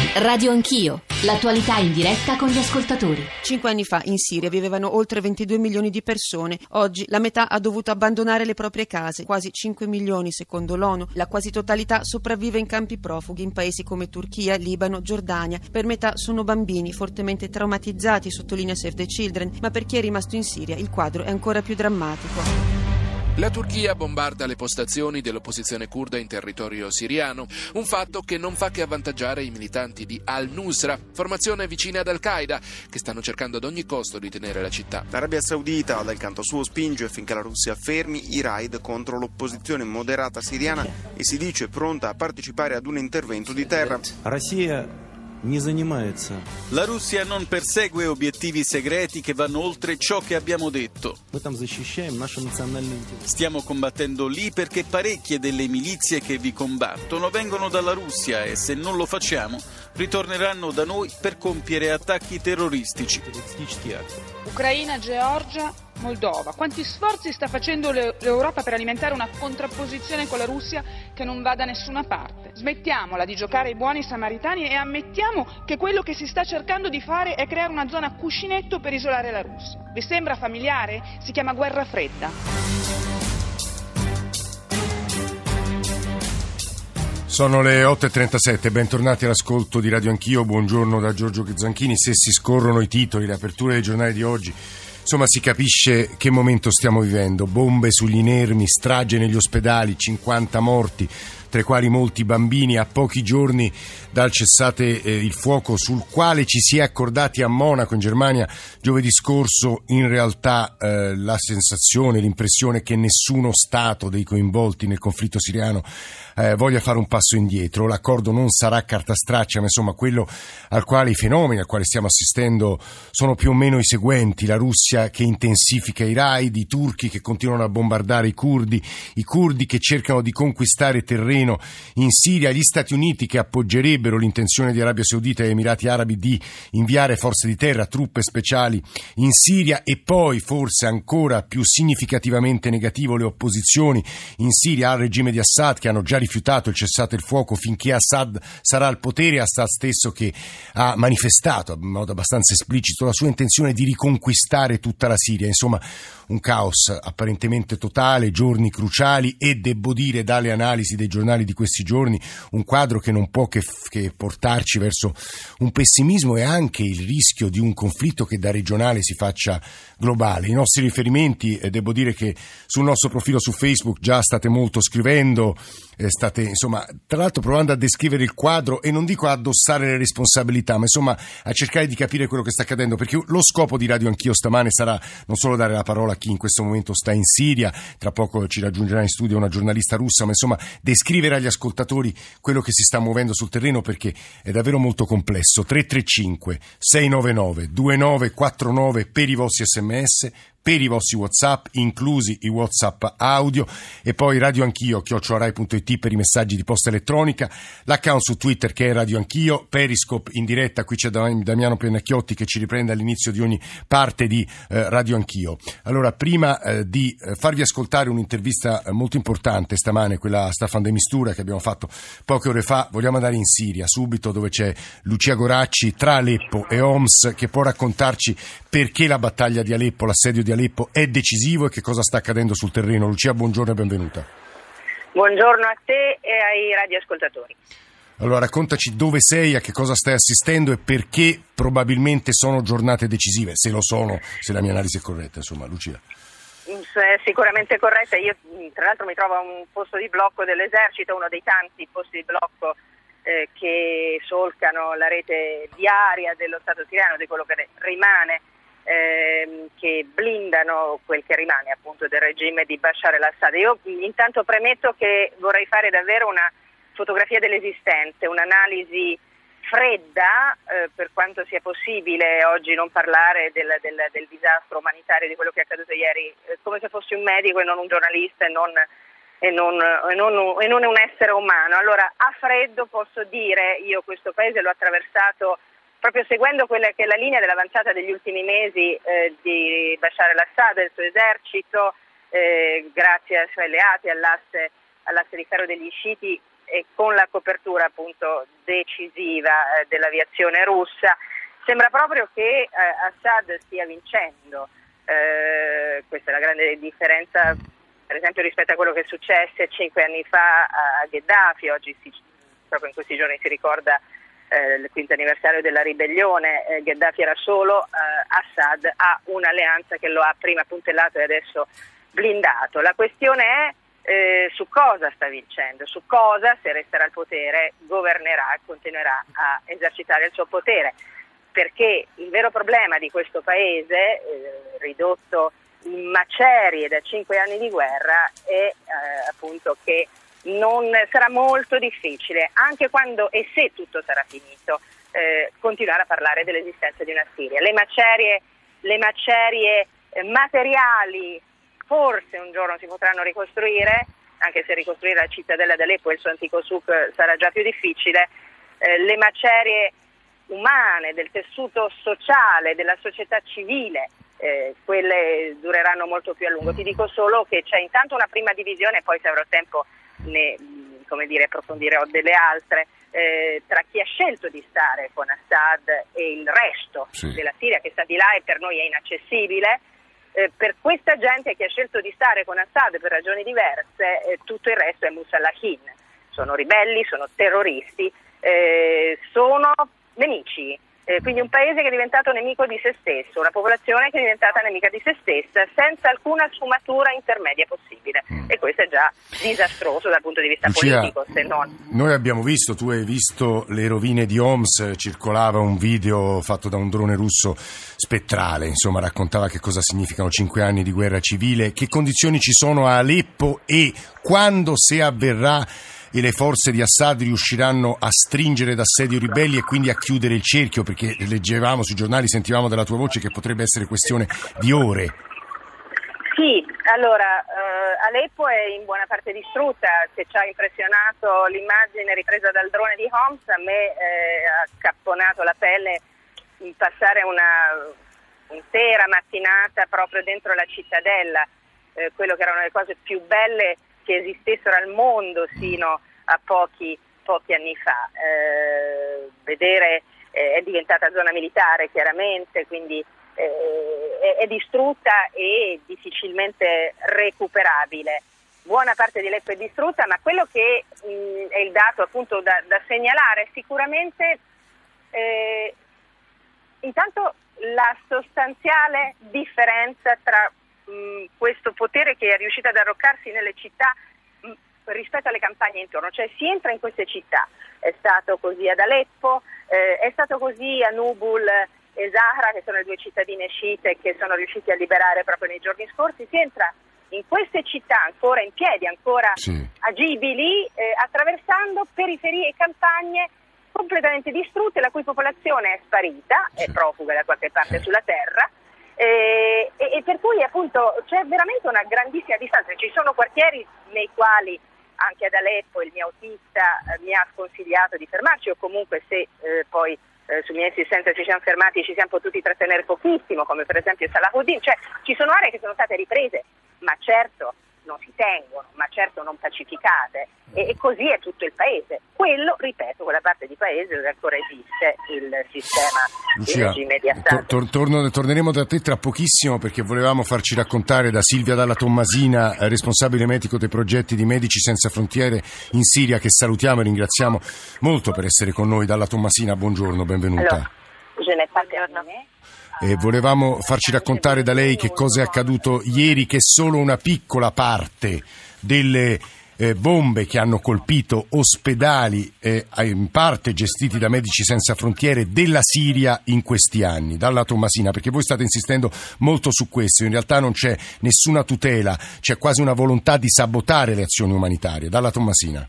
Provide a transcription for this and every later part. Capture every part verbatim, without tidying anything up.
Radio Anch'io, l'attualità in diretta con gli ascoltatori. Cinque anni fa in Siria vivevano oltre ventidue milioni di persone. Oggi la metà ha dovuto abbandonare le proprie case, quasi cinque milioni secondo l'ONU. La quasi totalità sopravvive in campi profughi in paesi come Turchia, Libano, Giordania. Per metà sono bambini fortemente traumatizzati, sottolinea Save the Children, ma per chi è rimasto in Siria il quadro è ancora più drammatico. La Turchia bombarda le postazioni dell'opposizione curda in territorio siriano, un fatto che non fa che avvantaggiare i militanti di Al-Nusra, formazione vicina ad Al-Qaeda, che stanno cercando ad ogni costo di tenere la città. L'Arabia Saudita, dal canto suo, spinge affinché la Russia fermi i raid contro l'opposizione moderata siriana e si dice pronta a partecipare ad un intervento di terra. Russia La Russia non persegue obiettivi segreti che vanno oltre ciò che abbiamo detto. Stiamo combattendo lì perché parecchie delle milizie che vi combattono vengono dalla Russia e se non lo facciamo ritorneranno da noi per compiere attacchi terroristici. Ucraina, Georgia, Moldova. Quanti sforzi sta facendo l'Europa per alimentare una contrapposizione con la Russia che non va da nessuna parte? Smettiamola di giocare ai buoni samaritani e ammettiamo che quello che si sta cercando di fare è creare una zona cuscinetto per isolare la Russia. Vi sembra familiare? Si chiama guerra fredda. Sono le otto e trentasette, bentornati all'ascolto di Radio Anch'io, buongiorno da Giorgio Zanchini. Se si scorrono i titoli, le aperture dei giornali di oggi, insomma si capisce che momento stiamo vivendo. Bombe sugli inermi, strage negli ospedali, cinquanta morti, tra i quali molti bambini, a pochi giorni dal cessate eh, il fuoco sul quale ci si è accordati a Monaco in Germania giovedì scorso. In realtà eh, la sensazione, l'impressione che nessuno Stato dei coinvolti nel conflitto siriano eh, voglia fare un passo indietro. L'accordo non sarà carta straccia, ma insomma quello al quale i fenomeni al quale stiamo assistendo sono più o meno i seguenti: la Russia che intensifica i raid, i turchi che continuano a bombardare i curdi, i curdi che cercano di conquistare terreno in Siria, gli Stati Uniti che appoggerebbero l'intenzione di Arabia Saudita e Emirati Arabi di inviare forze di terra, truppe speciali in Siria, e poi forse ancora più significativamente negativo le opposizioni in Siria al regime di Assad, che hanno già rifiutato il cessate il fuoco finché Assad sarà al potere. Assad stesso che ha manifestato in modo abbastanza esplicito la sua intenzione di riconquistare tutta la Siria. Insomma un caos apparentemente totale, giorni cruciali e, devo dire dalle analisi dei giornali di questi giorni, un quadro che non può che, che portarci verso un pessimismo e anche il rischio di un conflitto che da regionale si faccia globale. I nostri riferimenti, eh, devo dire che sul nostro profilo su Facebook già state molto scrivendo, eh, state insomma tra l'altro provando a descrivere il quadro e non dico a addossare le responsabilità, ma insomma a cercare di capire quello che sta accadendo, perché lo scopo di Radio Anch'io stamane sarà non solo dare la parola a chi in questo momento sta in Siria, tra poco ci raggiungerà in studio una giornalista russa, ma insomma descrivere agli ascoltatori quello che si sta muovendo sul terreno, perché è davvero molto complesso. Tre tre cinque sei nove nove due nove quattro nove per i vostri sms, per i vostri WhatsApp, inclusi i WhatsApp audio, e poi Radio Anch'io chiocciola rai punto it per i messaggi di posta elettronica, l'account su Twitter che è Radio Anch'io, Periscope in diretta, qui c'è Damiano Pennacchiotti che ci riprende all'inizio di ogni parte di eh, Radio Anch'io. Allora, prima eh, di eh, farvi ascoltare un'intervista eh, molto importante stamane, quella a Staffan de Mistura che abbiamo fatto poche ore fa, vogliamo andare in Siria subito, dove c'è Lucia Goracci tra Aleppo e Homs, che può raccontarci perché la battaglia di Aleppo, l'assedio di Aleppo è decisivo e che cosa sta accadendo sul terreno. Lucia, buongiorno e benvenuta. Buongiorno a te e ai radioascoltatori. Allora, raccontaci dove sei, a che cosa stai assistendo e perché probabilmente sono giornate decisive, se lo sono, se la mia analisi è corretta, insomma, Lucia. Sicuramente corretta. Io tra l'altro mi trovo a un posto di blocco dell'esercito, uno dei tanti posti di blocco eh, che solcano la rete viaria dello Stato siriano, di quello che rimane, ehm, che blindano quel che rimane appunto del regime di Bashar al-Assad. Io intanto premetto che vorrei fare davvero una fotografia dell'esistente, un'analisi fredda, eh, per quanto sia possibile oggi non parlare del, del, del disastro umanitario, di quello che è accaduto ieri, eh, come se fossi un medico e non un giornalista e non, e, non, e, non, e non un essere umano. Allora, a freddo posso dire, io questo paese l'ho attraversato proprio seguendo quella che è la linea dell'avanzata degli ultimi mesi eh, di Bashar al-Assad e del suo esercito, eh, grazie ai suoi alleati, all'asse, all'asse di ferro degli sciiti, e con la copertura appunto decisiva eh, dell'aviazione russa, sembra proprio che eh, Assad stia vincendo. Eh, questa è la grande differenza, per esempio, rispetto a quello che successe cinque anni fa a Gheddafi. Oggi si, proprio in questi giorni si ricorda eh, il quinto anniversario della ribellione. eh, Gheddafi era solo, eh, Assad ha un'alleanza che lo ha prima puntellato e adesso blindato. La questione è eh, su cosa sta vincendo, su cosa, se resterà al potere, governerà e continuerà a esercitare il suo potere, perché il vero problema di questo paese, eh, ridotto in macerie da cinque anni di guerra, è eh, appunto che non sarà molto difficile, anche quando e se tutto sarà finito, eh, continuare a parlare dell'esistenza di una Siria. Le macerie, le macerie eh, materiali forse un giorno si potranno ricostruire, anche se ricostruire la cittadella d'Aleppo e il suo antico souk sarà già più difficile. Eh, le macerie umane, del tessuto sociale, della società civile, eh, quelle dureranno molto più a lungo. Ti dico solo che c'è intanto una prima divisione, poi se avrò tempo ne come dire, approfondirò delle altre, eh, tra chi ha scelto di stare con Assad e il resto sì. della Siria che sta di là e per noi è inaccessibile. Eh, per questa gente che ha scelto di stare con Assad per ragioni diverse, eh, tutto il resto è musallahin, sono ribelli, sono terroristi, eh, sono nemici, eh, quindi un paese che è diventato nemico di se stesso, una popolazione che è diventata nemica di se stessa senza alcuna sfumatura intermedia possibile, mm. e questo è già disastroso dal punto di vista Lucia, politico, se non... Noi abbiamo visto, tu hai visto le rovine di Homs, circolava un video fatto da un drone russo spettrale, insomma raccontava che cosa significano cinque anni di guerra civile, che condizioni ci sono a Aleppo e quando, se avverrà, e le forze di Assad riusciranno a stringere d'assedio i ribelli e quindi a chiudere il cerchio, perché leggevamo sui giornali, sentivamo dalla tua voce che potrebbe essere questione di ore. Sì, allora eh, Aleppo è in buona parte distrutta. Se ci ha impressionato l'immagine ripresa dal drone di Homs, a me eh, ha accapponato la pelle in passare una intera mattinata proprio dentro la cittadella, eh, quello che erano le cose più belle che esistessero al mondo sino a pochi, pochi anni fa. Eh, vedere eh, è diventata zona militare chiaramente, quindi eh, è, è distrutta e difficilmente recuperabile. Buona parte di Aleppo è distrutta, ma quello che mh, è il dato appunto da, da segnalare è sicuramente eh, intanto la sostanziale differenza tra questo potere che è riuscito ad arroccarsi nelle città mh, rispetto alle campagne intorno, cioè si entra in queste città, è stato così ad Aleppo, eh, è stato così a Nubul e Zahra, che sono le due cittadine sciite che sono riusciti a liberare proprio nei giorni scorsi. Si entra in queste città ancora in piedi, ancora sì. agibili, eh, attraversando periferie e campagne completamente distrutte, la cui popolazione è sparita, sì. è profuga da qualche parte sì. sulla terra. E, e, e per cui appunto c'è veramente una grandissima distanza. Ci sono quartieri nei quali anche ad Aleppo il mio autista eh, mi ha sconsigliato di fermarci, o comunque se eh, poi eh, su mia insistenza ci siamo fermati ci siamo potuti trattenere pochissimo, come per esempio Salahuddin. Cioè ci sono aree che sono state riprese, ma certo non si tengono, ma certo non pacificate, e, e così è tutto il paese. Quello, ripeto, quella parte di paese dove ancora esiste il sistema, Lucia, il regime di Assad. tor- torno, torneremo da te tra pochissimo, perché volevamo farci raccontare da Silvia Dalla Tommasina, responsabile medico dei progetti di Medici Senza Frontiere in Siria, che salutiamo e ringraziamo molto per essere con noi. Dalla Tommasina, buongiorno, benvenuta. Allora, je n'ai pas terminé. E volevamo farci raccontare da lei che cosa è accaduto ieri, che solo una piccola parte delle eh, bombe che hanno colpito ospedali eh, in parte gestiti da Medici Senza Frontiere della Siria in questi anni. Dalla Tommasina, perché voi state insistendo molto su questo, in realtà non c'è nessuna tutela, c'è quasi una volontà di sabotare le azioni umanitarie. Dalla Tommasina.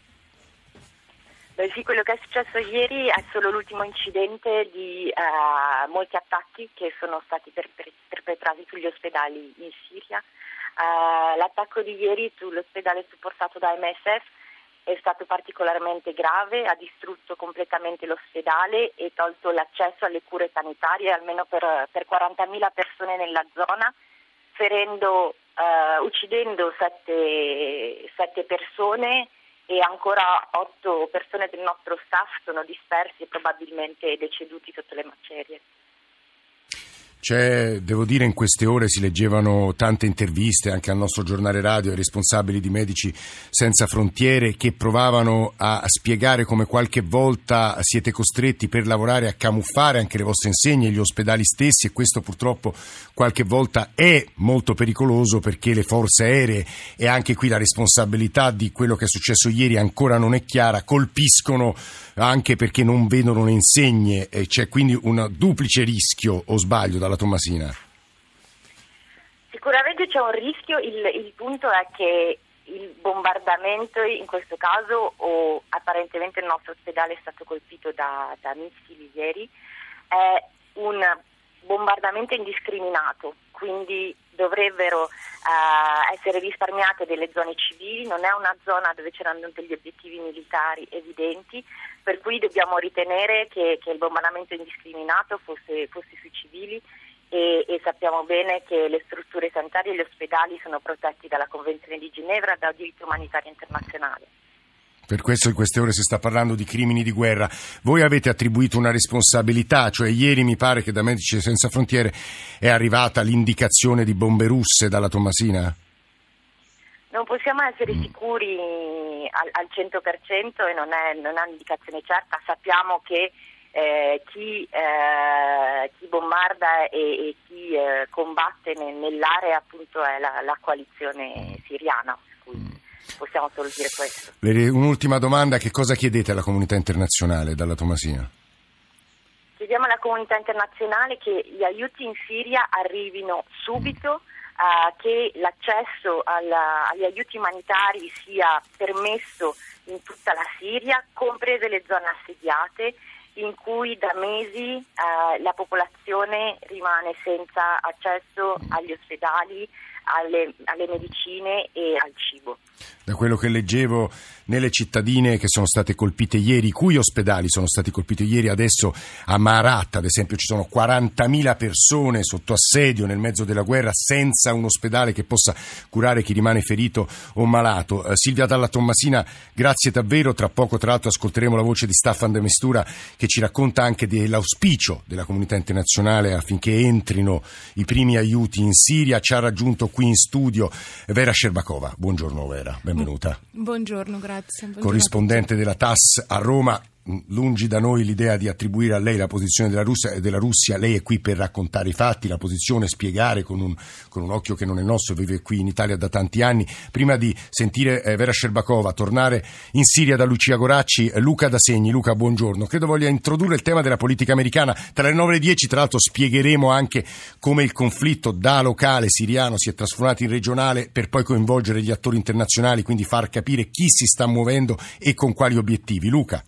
Sì, quello che è successo ieri è solo l'ultimo incidente di uh, molti attacchi che sono stati per, per, perpetrati sugli ospedali in Siria. Uh, l'attacco di ieri sull'ospedale supportato da M S F è stato particolarmente grave, ha distrutto completamente l'ospedale e tolto l'accesso alle cure sanitarie almeno per, per quarantamila persone nella zona, ferendo, uh, uccidendo sette, sette persone e ancora otto persone del nostro staff sono dispersi e probabilmente deceduti sotto le macerie. C'è, devo dire, in queste ore si leggevano tante interviste anche al nostro giornale radio ai responsabili di Medici Senza Frontiere che provavano a spiegare come qualche volta siete costretti per lavorare a camuffare anche le vostre insegne e gli ospedali stessi, e questo purtroppo qualche volta è molto pericoloso perché le forze aeree, e anche qui la responsabilità di quello che è successo ieri ancora non è chiara, colpiscono anche perché non vedono le insegne, e c'è quindi un duplice rischio, o sbaglio, dalla Tommasina? Sicuramente c'è un rischio, il, il punto è che il bombardamento in questo caso, o apparentemente il nostro ospedale è stato colpito da, da missili ieri, è un bombardamento indiscriminato, quindi dovrebbero uh, essere risparmiate delle zone civili, non è una zona dove c'erano degli obiettivi militari evidenti, per cui dobbiamo ritenere che, che il bombardamento indiscriminato fosse, fosse sui civili e, e sappiamo bene che le strutture sanitarie e gli ospedali sono protetti dalla Convenzione di Ginevra e dal diritto umanitario internazionale. Per questo in queste ore si sta parlando di crimini di guerra. Voi avete attribuito una responsabilità, cioè ieri mi pare che da Medici Senza Frontiere è arrivata l'indicazione di bombe russe dalla Tommasina? Non possiamo essere mm. sicuri al, al cento per cento e non è, non è un'indicazione certa. Sappiamo che eh, chi, eh, chi bombarda e, e chi eh, combatte nel, nell'area appunto è la, la coalizione siriana. Possiamo solo dire questo. Un'ultima domanda: che cosa chiedete alla comunità internazionale dalla Tommasina? Chiediamo alla comunità internazionale che gli aiuti in Siria arrivino subito, uh, che l'accesso alla, agli aiuti umanitari sia permesso in tutta la Siria, comprese le zone assediate, in cui da mesi uh, la popolazione rimane senza accesso agli ospedali, alle, alle medicine e al cibo. Da quello che leggevo, nelle cittadine che sono state colpite ieri, i cui ospedali sono stati colpiti ieri, adesso a Marat ad esempio ci sono quarantamila persone sotto assedio nel mezzo della guerra, senza un ospedale che possa curare chi rimane ferito o malato. Eh, Silvia Dalla Tommasina, grazie davvero. Tra poco tra l'altro ascolteremo la voce di Staffan de Mistura che ci racconta anche dell'auspicio della comunità internazionale affinché entrino i primi aiuti in Siria. Ci ha raggiunto qui in studio Vera Sherbakova. Buongiorno Vera, benvenuta. Buongiorno, grazie. Buongiorno, corrispondente della T A S S a Roma. Lungi da noi l'idea di attribuire a lei la posizione della Russia, della Russia. Lei è qui per raccontare i fatti, la posizione, spiegare con un, con un occhio che non è nostro, vive qui in Italia da tanti anni. Prima di sentire eh, Vera Sherbakova, tornare in Siria da Lucia Goracci, eh, Luca da Segni. Luca, buongiorno. Credo voglia introdurre il tema della politica americana. Tra le nove e le dieci, tra l'altro, spiegheremo anche come il conflitto da locale siriano si è trasformato in regionale per poi coinvolgere gli attori internazionali, quindi far capire chi si sta muovendo e con quali obiettivi. Luca.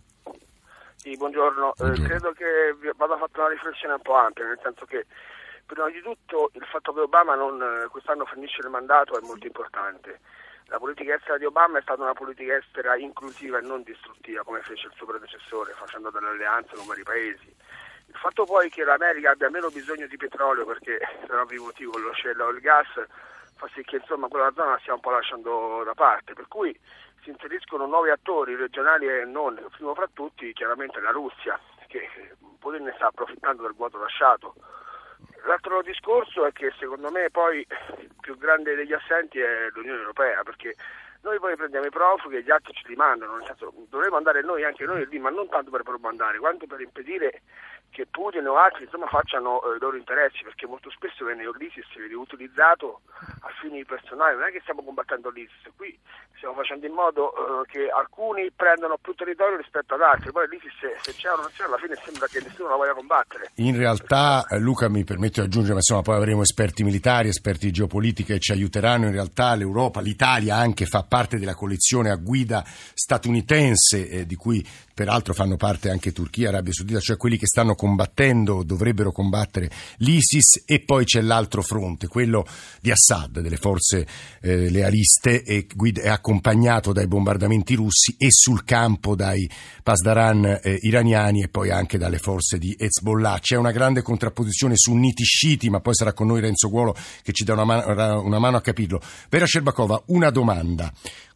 Sì, buongiorno. buongiorno. Eh, credo che vada fatta una riflessione un po' ampia, nel senso che prima di tutto il fatto che Obama non, quest'anno finisce il mandato è molto importante. La politica estera di Obama è stata una politica estera inclusiva e non distruttiva, come fece il suo predecessore, facendo delle alleanze con vari paesi. Il fatto poi che l'America abbia meno bisogno di petrolio, perché per ovvi motivi con lo shale o il gas, fa sì che insomma quella zona la stiamo un po' lasciando da parte, per cui si inseriscono nuovi attori regionali e non, primo fra tutti chiaramente la Russia, che Putin ne sta approfittando del vuoto lasciato. L'altro discorso è che secondo me poi il più grande degli assenti è l'Unione Europea, perché noi poi prendiamo i profughi e gli altri ce li mandano, nel senso dovremmo andare noi anche noi lì, ma non tanto per propagandare, quanto per impedire che Putin o altri insomma facciano eh, i loro interessi, perché molto spesso viene l'ISIS viene utilizzato a fini personali. Non è che stiamo combattendo l'ISIS, qui stiamo facendo in modo eh, che alcuni prendano più territorio rispetto ad altri, poi l'ISIS se, se c'è o non c'è alla fine sembra che nessuno la voglia combattere. In realtà eh, Luca, mi permetto di aggiungere, ma insomma poi avremo esperti militari, esperti di geopolitica che ci aiuteranno. In realtà l'Europa, l'Italia anche fa parte della coalizione a guida statunitense, eh, di cui peraltro fanno parte anche Turchia, Arabia Saudita, cioè quelli che stanno combattendo, dovrebbero combattere l'ISIS, e poi c'è l'altro fronte, quello di Assad, delle forze eh, lealiste, e guida, è accompagnato dai bombardamenti russi e sul campo dai pasdaran eh, iraniani e poi anche dalle forze di Hezbollah. C'è una grande contrapposizione sunniti-sciiti, ma poi sarà con noi Renzo Guolo che ci dà una mano, una mano a capirlo. Vera Sherbakova, una domanda.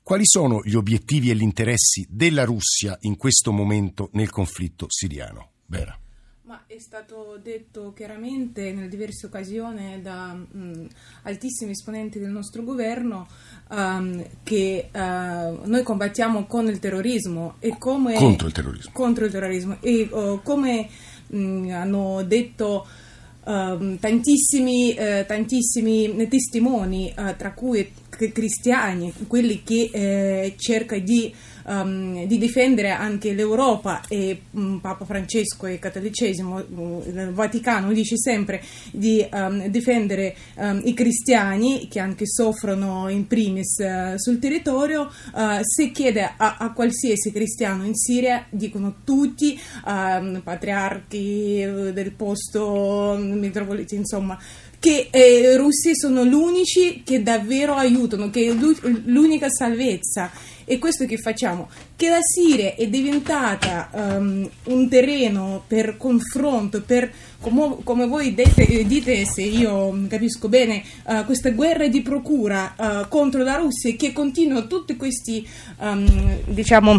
Quali sono gli obiettivi e gli interessi della Russia in questo momento nel conflitto siriano? Vera. Ma è stato detto chiaramente in diverse occasioni da mh, altissimi esponenti del nostro governo um, che uh, noi combattiamo con il terrorismo e come contro il terrorismo, contro il terrorismo e uh, come mh, hanno detto uh, tantissimi, uh, tantissimi testimoni, uh, tra cui cristiani, quelli che eh, cerca di, um, di difendere anche l'Europa e um, Papa Francesco e il cattolicesimo, um, il Vaticano dice sempre di um, difendere um, i cristiani che anche soffrono in primis uh, sul territorio. Uh, se chiede a, a qualsiasi cristiano in Siria, dicono tutti, um, patriarchi del posto, metropoliti, insomma, che i eh, russi sono gli unici che davvero aiutano, che è l'unica salvezza. E questo che facciamo? Che la Siria è diventata um, un terreno per confronto, per, come, come voi dite, dite, se io capisco bene, uh, questa guerra di procura uh, contro la Russia, che continua tutti questi, um, diciamo,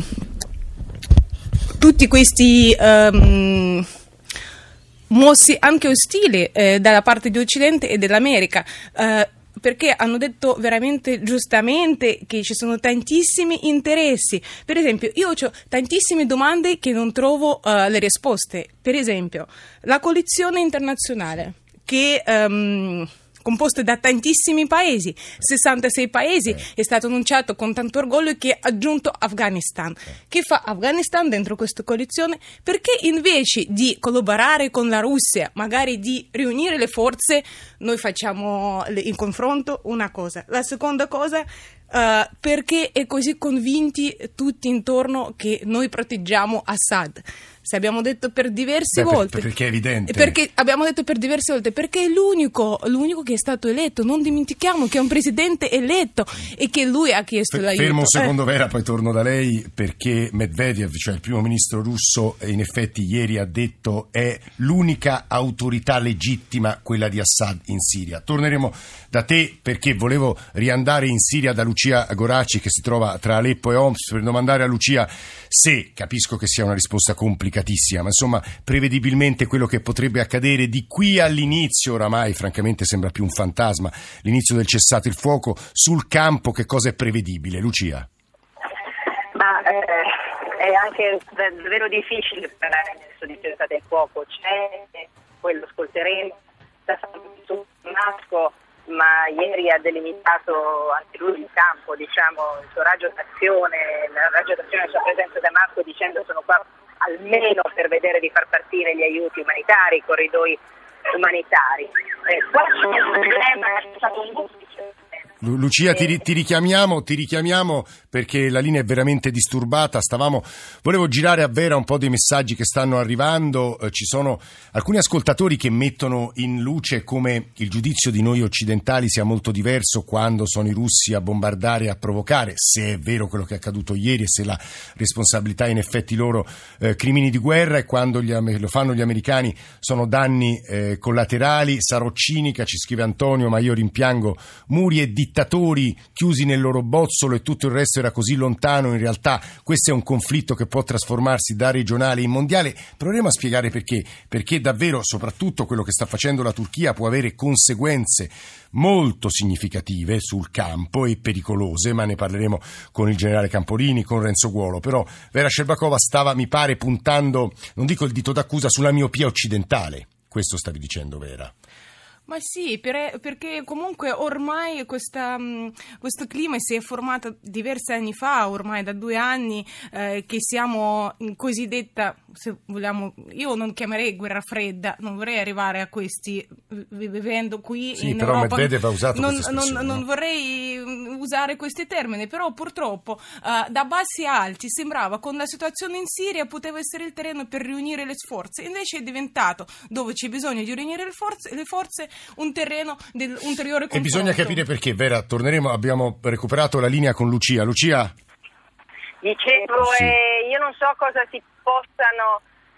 tutti questi... Um, mossi anche ostili eh, dalla parte di Occidente e dell'America, eh, perché hanno detto veramente giustamente che ci sono tantissimi interessi. Per esempio, io ho tantissime domande che non trovo uh, le risposte. Per esempio, la coalizione internazionale che... Um, composte da tantissimi paesi, sessantasei paesi, è stato annunciato con tanto orgoglio che ha aggiunto Afghanistan. Che fa Afghanistan dentro questa coalizione? Perché invece di collaborare con la Russia, magari di riunire le forze, noi facciamo in confronto una cosa. La seconda cosa, uh, perché è così convinti tutti intorno che noi proteggiamo Assad? Se abbiamo detto per diverse Beh, volte, per, perché è evidente. Perché abbiamo detto per diverse volte, perché è l'unico, l'unico che è stato eletto. Non dimentichiamo che è un presidente eletto e che lui ha chiesto F- l'aiuto. Fermo un secondo, eh. Vera, poi torno da lei, perché Medvedev, cioè il primo ministro russo, in effetti ieri ha detto è l'unica autorità legittima quella di Assad in Siria. Torneremo da te perché volevo riandare in Siria da Lucia Goraci, che si trova tra Aleppo e Homs, per domandare a Lucia se, capisco che sia una risposta complicata, ma insomma prevedibilmente quello che potrebbe accadere di qui all'inizio, oramai francamente sembra più un fantasma, l'inizio del cessate il fuoco sul campo, che cosa è prevedibile? Lucia? Ma eh, è anche davvero difficile parlare adesso di cessate il fuoco, c'è, poi lo ascolteremo, da Damasco, ma ieri ha delimitato anche lui il campo, diciamo, il suo raggio d'azione, la raggio d'azione della sua presenza a Damasco, dicendo sono qua almeno per vedere di far partire gli aiuti umanitari, i corridoi umanitari. Eh, qua c'è un problema, è stato un duplice. Lucia, ti, ti richiamiamo, ti richiamiamo perché la linea è veramente disturbata. Stavamo, volevo girare a Vera un po' dei messaggi che stanno arrivando. Eh, ci sono alcuni ascoltatori che mettono in luce come il giudizio di noi occidentali sia molto diverso quando sono i russi a bombardare e a provocare, se è vero quello che è accaduto ieri e se la responsabilità è in effetti loro eh, crimini di guerra, e quando gli, lo fanno gli americani sono danni eh, collaterali. Sarò cinica, ci scrive Antonio, ma io rimpiango muri e dittatori chiusi nel loro bozzolo e tutto il resto era così lontano. In realtà questo è un conflitto che può trasformarsi da regionale in mondiale. Proveremo a spiegare perché, perché davvero soprattutto quello che sta facendo la Turchia può avere conseguenze molto significative sul campo e pericolose, ma ne parleremo con il generale Camporini, con Renzo Guolo. Però Vera Shcherbakova stava, mi pare, puntando, non dico il dito d'accusa, sulla miopia occidentale. Questo stavi dicendo, Vera? Ma sì, per, perché comunque ormai questa, questo clima si è formato diversi anni fa, ormai da due anni eh, che siamo in cosiddetta, se vogliamo, io non chiamerei guerra fredda, non vorrei arrivare a questi, vivendo qui sì, in però Europa. Medvedev ha usato non, questa non, espressione, non no? vorrei usare questi termini, però purtroppo eh, da bassi a alti sembrava con la situazione in Siria poteva essere il terreno per riunire le forze, invece è diventato, dove c'è bisogno di riunire le forze, le forze un terreno del ulteriore confronto. E bisogna capire perché. Vera, torneremo, abbiamo recuperato la linea con Lucia. Lucia? Dicevo, sì. eh, io non so cosa si possano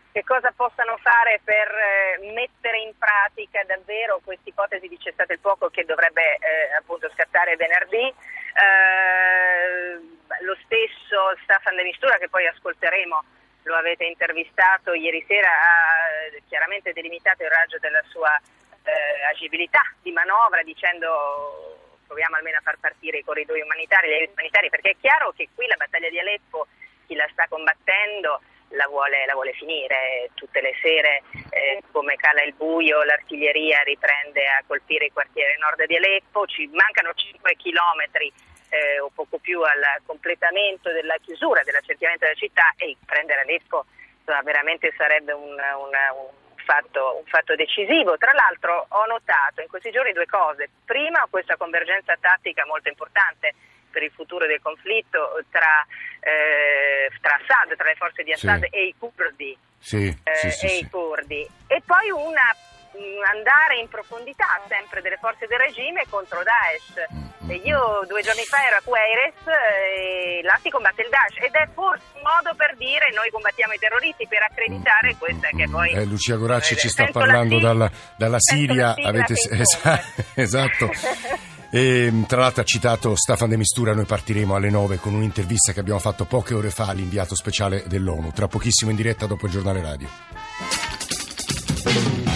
che cosa possano fare per eh, mettere in pratica davvero questa ipotesi di cessate il fuoco che dovrebbe eh, appunto scattare venerdì. Eh, lo stesso Staffan de Mistura, che poi ascolteremo, lo avete intervistato ieri sera, ha chiaramente delimitato il raggio della sua eh, agibilità di manovra, dicendo proviamo almeno a far partire i corridoi umanitari, gli aiuti umanitari, perché è chiaro che qui la battaglia di Aleppo, chi la sta combattendo la vuole, la vuole finire. Tutte le sere eh, come cala il buio l'artiglieria riprende a colpire i quartieri nord di Aleppo, ci mancano cinque chilometri eh, o poco più al completamento della chiusura, dell'accerchiamento della città, e prendere Aleppo insomma, veramente sarebbe un, un, un Fatto, un fatto decisivo. Tra l'altro ho notato in questi giorni due cose. Prima, questa convergenza tattica molto importante per il futuro del conflitto tra, eh, tra Assad, tra le forze di Assad sì. e i curdi. Sì, eh, sì, sì, e sì. i curdi. E poi una andare in profondità sempre delle forze del regime contro Daesh. E io due giorni fa ero a Queires e là si combatte il Daesh, ed è forse un modo per dire noi combattiamo i terroristi, per accreditare questa che poi eh, Lucia Goracci eh, ci sta parlando la dalla, dalla Siria, avete esatto, esatto. E tra l'altro ha citato Staffan de Mistura. Noi partiremo alle nove con un'intervista che abbiamo fatto poche ore fa all'inviato speciale dell'ONU, tra pochissimo in diretta dopo il giornale radio.